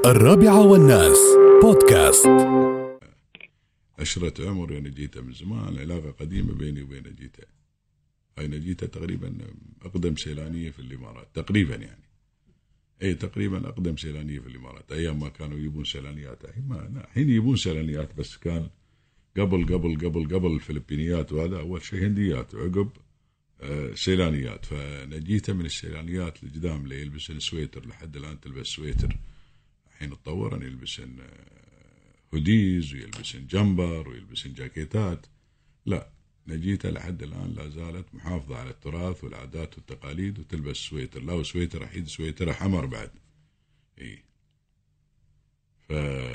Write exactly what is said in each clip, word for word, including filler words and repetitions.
الرابعة والناس بودكاست. عشرة عمر يعني نجيتا من زمان، علاقة قديمة بيني وبين نجيتا. هاي نجيتا تقريبا أقدم سيلانية في الإمارات تقريبا، يعني أي تقريبا أقدم سيلانية في الإمارات أيام ما كانوا يجيبون سيلانيات. الحين ما الحين يجيبون سيلانيات، بس كان قبل قبل قبل قبل الفلبينيات، وهذا أول شيء هنديات وعقب آه سيلانيات. فنجيتا من السيلانيات القدام اللي يلبسن سويتر، لحد الآن تلبس سويتر. الحين تطور أن يلبسن هوديز ويلبسن جمبر ويلبسن جاكيتات. لا، نجيتا لحد الآن لا زالت محافظة على التراث والعادات والتقاليد، وتلبس سويتر. لا، وسويتر أحيد سويتر حمر بعد. إيه. ف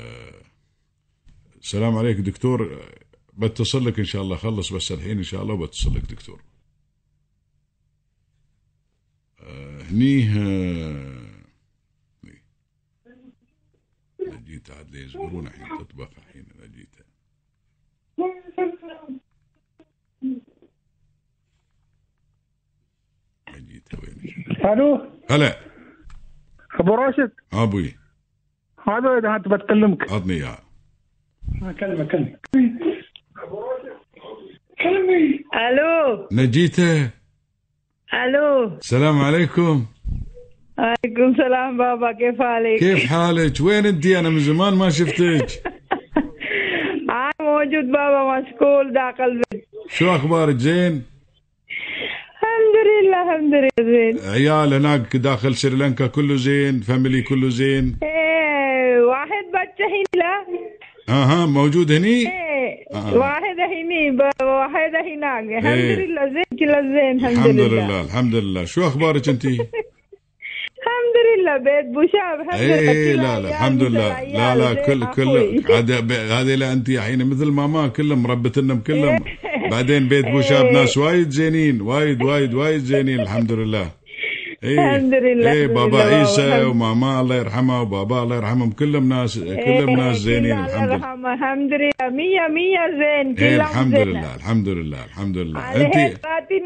السلام عليك دكتور، بتصل لك إن شاء الله، خلص بس الحين إن شاء الله وبتصل لك دكتور. آه هنيه نجيتا عاد لي يزورون الحين تطبخ الحين نجيتا. نجيتا وين؟ الو هلا ابو راشد. ابوي هذا اذا انت بتكلمك عطني اياه. كلمه كلمه ابو راشد كلمي. الو نجيتا. الو السلام عليكم. عليكم السلام بابا، كيف حالك؟ كيف حالك؟ وين انتي؟ انا من زمان ما شفتك. انا موجود بابا، مسكول داخل البيت. شو اخبارك؟ زين الحمد لله الحمد لله زين. عيال هناك داخل سريلانكا كله زين؟ فاميلي كله زين؟ ايه واحد بچه هنا. اها موجود هني؟ ايه آه. واحد هني واحد هناك. الحمد إيه. لله زين كله زين الحمد, الحمد لله. لله الحمد لله. شو اخبارك انتي؟ الحمد لله بيت بوشاب الحمد لله. ايه لا لا الحمد لله. لا لا كل كل هذا هذه لا انت الحين مثل ماما كلهم مربتنا كلهم. بعدين بيت بوشاب ناس وايد زينين، وايد وايد وايد زينين الحمد لله. ايه الحمد لله. ايه بابا بابا عيسى وماما الله يرحمه وبابا الله يرحمهم كلهم ناس كلهم ناس زينين الحمد لله. الحمد لله مية مية زين. ايه الحمد لله الحمد لله الحمد لله. انت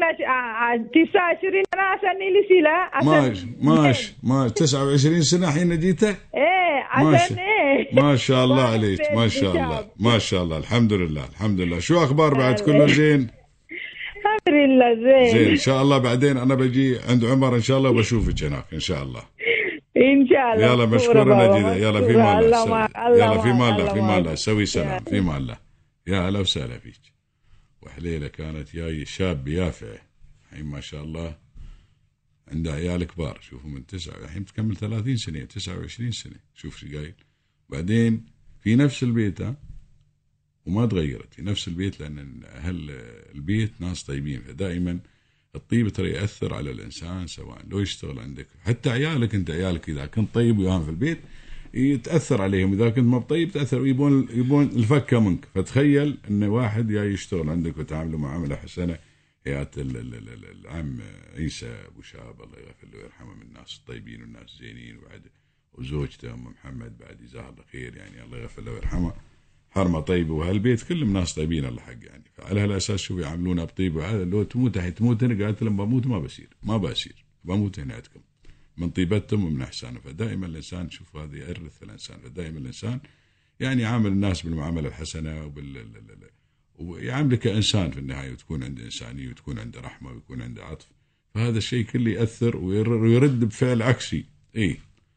تسعة وعشرين سنة لسلا ماش ماش ماش تسعة وعشرين سنة حين جيته. ايه عشان ايه ما شاء الله عليك، ما شاء الله ما شاء الله الحمد لله الحمد لله. شو اخبار بعد؟ كله زين؟ الحمد لله زين زين ان شاء الله. بعدين انا بجي عند عمر ان شاء الله وبشوفك هناك ان شاء الله. ان شاء الله. يلا مشكورة نجيدة. يلا في مال الله. يلا في مال الله في مال الله. سوي سلام في مال الله. يا هلا وسهلا فيك. وحليلة كانت جاي شاب يافع الحين ما شاء الله، عنده عيال كبار. شوفوا من تسعة الحين تكمل ثلاثين سنة تسعة وعشرين سنة. شوف شو قايل. بعدين في نفس البيت ها، وما تغيرت في نفس البيت، لأن أهل البيت ناس طيبين. فدائما الطيب ترى يأثر على الإنسان، سواء لو يشتغل عندك حتى عيالك. أنت عيالك إذا كنت طيب وياهم في البيت يتأثر عليهم، إذا كنت ما بطيب تأثر ويبون يبون الفكة منك. فتخيل أن واحد جاي يشتغل عندك وتعامله معاملة حسنة. حياة العم عيسى أبو شاب الله يغفر له ويرحمه، من الناس الطيبين والناس زينين. وبعد وزوجته أم محمد بعد جزاها الله خير، يعني الله يغفر له ويرحمه، حرمة طيبة. وهالبيت كلهم ناس طيبين الله حق يعني. فعلى هالأساس شوف يعاملونا بطيب. وهذا لو تموت هي تموت هنا، قالت لهم بموت ما بصير ما بصير بموت هنا عندكم من طيبتهم ومن إحسانهم. فدائما الإنسان شوف هذا يأرث في الإنسان. فدائما الإنسان يعني يعامل الناس بالمعاملة الحسنة وبال ويعاملك كإنسان في النهاية، وتكون عنده إنسانية وتكون عنده رحمة ويكون عنده عطف. فهذا الشيء كله يأثر ويرد بفعل عكسي. إيه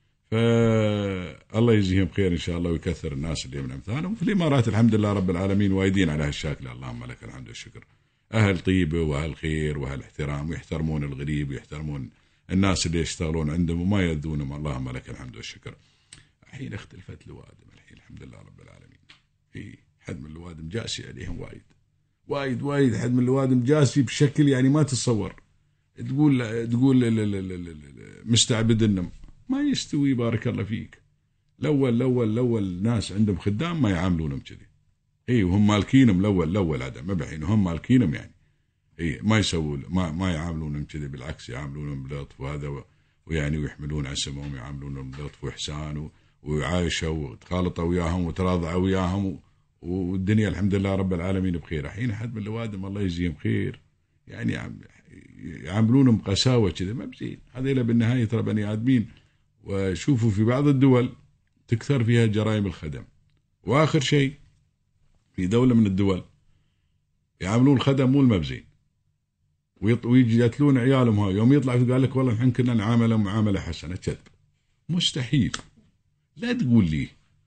فالله يجزيهم خير إن شاء الله ويكثر الناس اللي من أمثالهم. في الإمارات الحمد لله رب العالمين وايدين على هالشكل، اللهم لك الحمد والشكر. أهل طيبة وأهل خير وأهل احترام، ويحترمون الغريب ويحترمون الناس اللي يشتغلون عندهم وما يأذونهم، اللهم لك الحمد والشكر. الحين اختلفت الوادم الحين الحمد لله رب العالمين. إيه حد من الوادم جاسي عليهم وايد وايد وايد. حد من الوادم جاسي بشكل يعني ما تتصور. تقول تقول مستعبد النم ما يستوي. بارك الله فيك. الأول الأول الأول ناس عندهم خدام ما يعاملونهم كذي. إيه وهم مالكينهم الأول الأول هذا ما بحين هم مالكينهم يعني. إيه ما يسووا ما ما يعاملونهم كذي، بالعكس يعاملونهم بلطف. وهذا ويعني ويحملون اسمهم يعاملونهم بلطف وإحسان، ويعايشوا وتخالطوا وياهم وتراضعوا وياهم، والدنيا الحمد لله رب العالمين بخير. الحين حد من الوادم الله يجزيهم خير يعني يعاملونهم قساوة كذا ما بزين. هذا بالنهاية ترى بني آدمين. وشوفوا في بعض الدول تكثر فيها جرائم الخدم. وآخر شيء في دولة من الدول يعاملون الخدم مو المبزين، ويجي يقتلون عيالهم. هاي يوم يطلع قال لك والله نحن كنا نعامله معاملة حسنة. كذب، مستحيل. لا تقول لي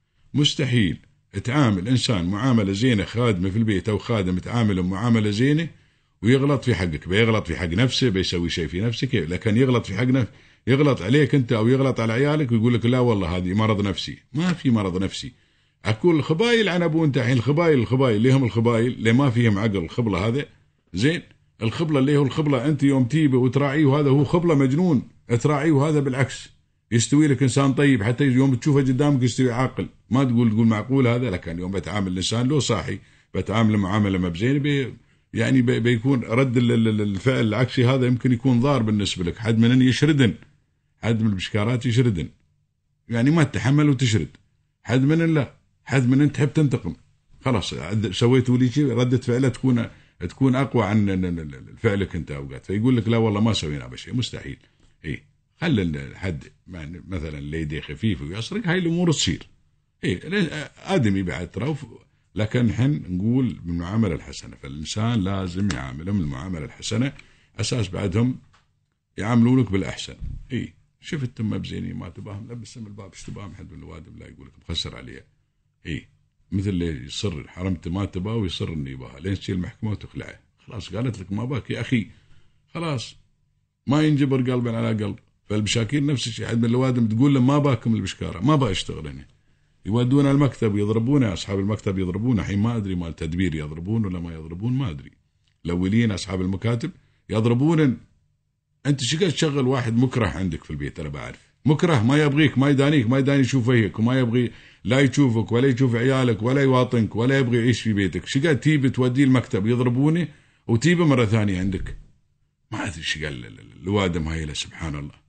مستحيل تعامل إنسان معاملة زينة، خادمة في البيت أو خادم تعامله معاملة زينة ويغلط في حقك، بيغلط في حق نفسه، بيسوي شيء في نفسك، لكن يغلط في حق نفسه، يغلط عليك أنت أو يغلط على عيالك ويقول لك لا والله هذه مرض نفسي. ما في مرض نفسي. أقول الخبايل عن أبو أنت الحين الخبايل الخبايل اللي هم الخبايل اللي ما فيهم عقل. الخبلة هذا زين، الخبلة اللي هو الخبلة أنت يوم تيبه وتراعيه وهذا هو خبلة مجنون تراعيه، وهذا بالعكس يستوي لك إنسان طيب، حتى يوم تشوفه قدامك يستوي عاقل. ما تقول تقول معقول هذا، لكن يوم بتعامل الإنسان لو صاحي بتعامل معاملة مبزينة بي يعني بي بيكون رد الفعل العكسي. هذا يمكن يكون ضار بالنسبة لك. حد من يشردن، حد من البشكارات يشردن، يعني ما تتحمل وتشرد. حد من لا، حد من تحب تنتقم، خلاص سويتوا لي شيء ردة فعله تكون تكون أقوى عن فعلك أنت أوقات، فيقول لك لا والله ما سوينا بشيء. مستحيل. إيه خلي حد مثلا اللي يديه خفيف ويسرق، هاي الأمور تصير. إيه آدمي بعد ترى، لكن نحن نقول من المعاملة الحسنة، فالإنسان لازم يعاملهم المعاملة الحسنة أساس بعدهم يعاملونك بالأحسن. إيه شفت تم بزيني ما تباهم لبسهم الباب اشتباهم حد من الوادم لا يقولك مخسر عليها. إيه مثل اللي يصر حرمت ما تباه ويصر إنه يباها لين تشيل المحكمة وتخلعه. خلاص قالت لك ما باك يا أخي، خلاص ما ينجبر قلبا على قلب. فالبشاكين نفس الشيء، حد من الوادم تقول له ما باكم البشكارة، ما با اشتغل هنا، يودون المكتب يضربونه، أصحاب المكتب يضربونه. حين ما أدري مال تدبير يضربون ولا ما يضربون ما أدري. الأولين أصحاب المكاتب يضربون. أنت شقد تشغل واحد مكره عندك في البيت، أنا بعرف مكره ما يبغيك، ما يدانيك، ما يداني يشوف وجهك، وما يبغي لا يشوفك ولا يشوف عيالك ولا يواطنك ولا يبغي يعيش في بيتك. شقد تيب توديه المكتب يضربونه وتيبه مرة ثانية عندك. ما أدري شقال الوادم هاي سبحان الله.